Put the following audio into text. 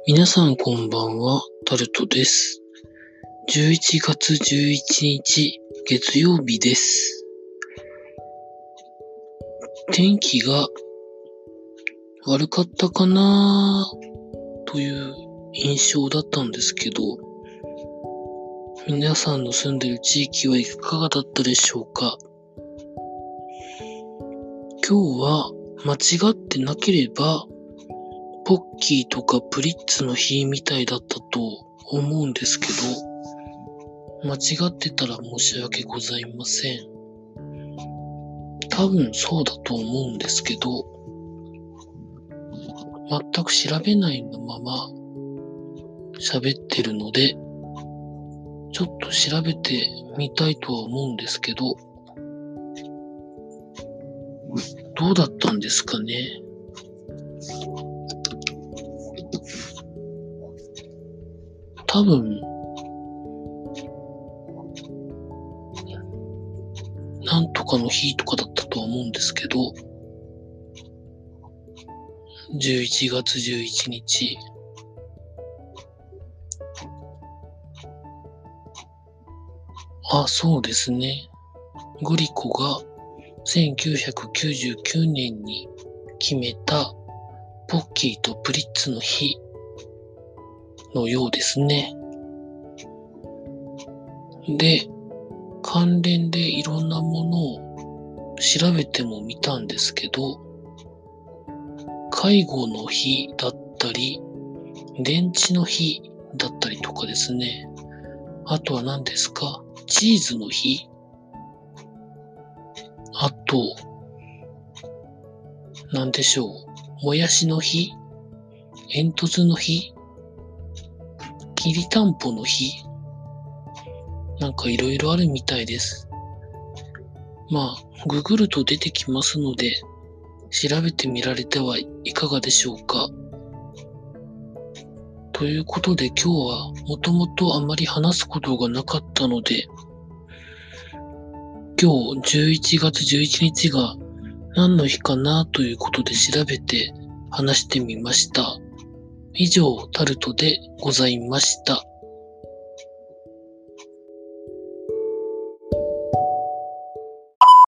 皆さんこんばんは、タルトです。11月11日、月曜日です。天気が悪かったかなという印象だったんですけど、皆さんの住んでいる地域はいかがだったでしょうか。今日は間違ってなければ、ポッキーとかプリッツの日みたいだったと思うんですけど、間違ってたら申し訳ございません。多分そうだと思うんですけど、全く調べないまま喋ってるので、ちょっと調べてみたいとは思うんですけど、どうだったんですかね。多分、なんとかの日とかだったとは思うんですけど、11月11日。そうですね。グリコが1999年に決めたポッキーとプリッツの日のようですね。で、関連でいろんなものを調べてもみたんですけど、介護の日だったり、電池の日だったりとかですね。あとは何ですか？チーズの日？あと、何でしょう？もやしの日？煙突の日？きりたんぽの日？なんかいろいろあるみたいです。ググると出てきますので、調べてみられてはいかがでしょうか。ということで今日はもともとあまり話すことがなかったので、今日11月11日が何の日かなということで調べて話してみました。以上、タルトでございました。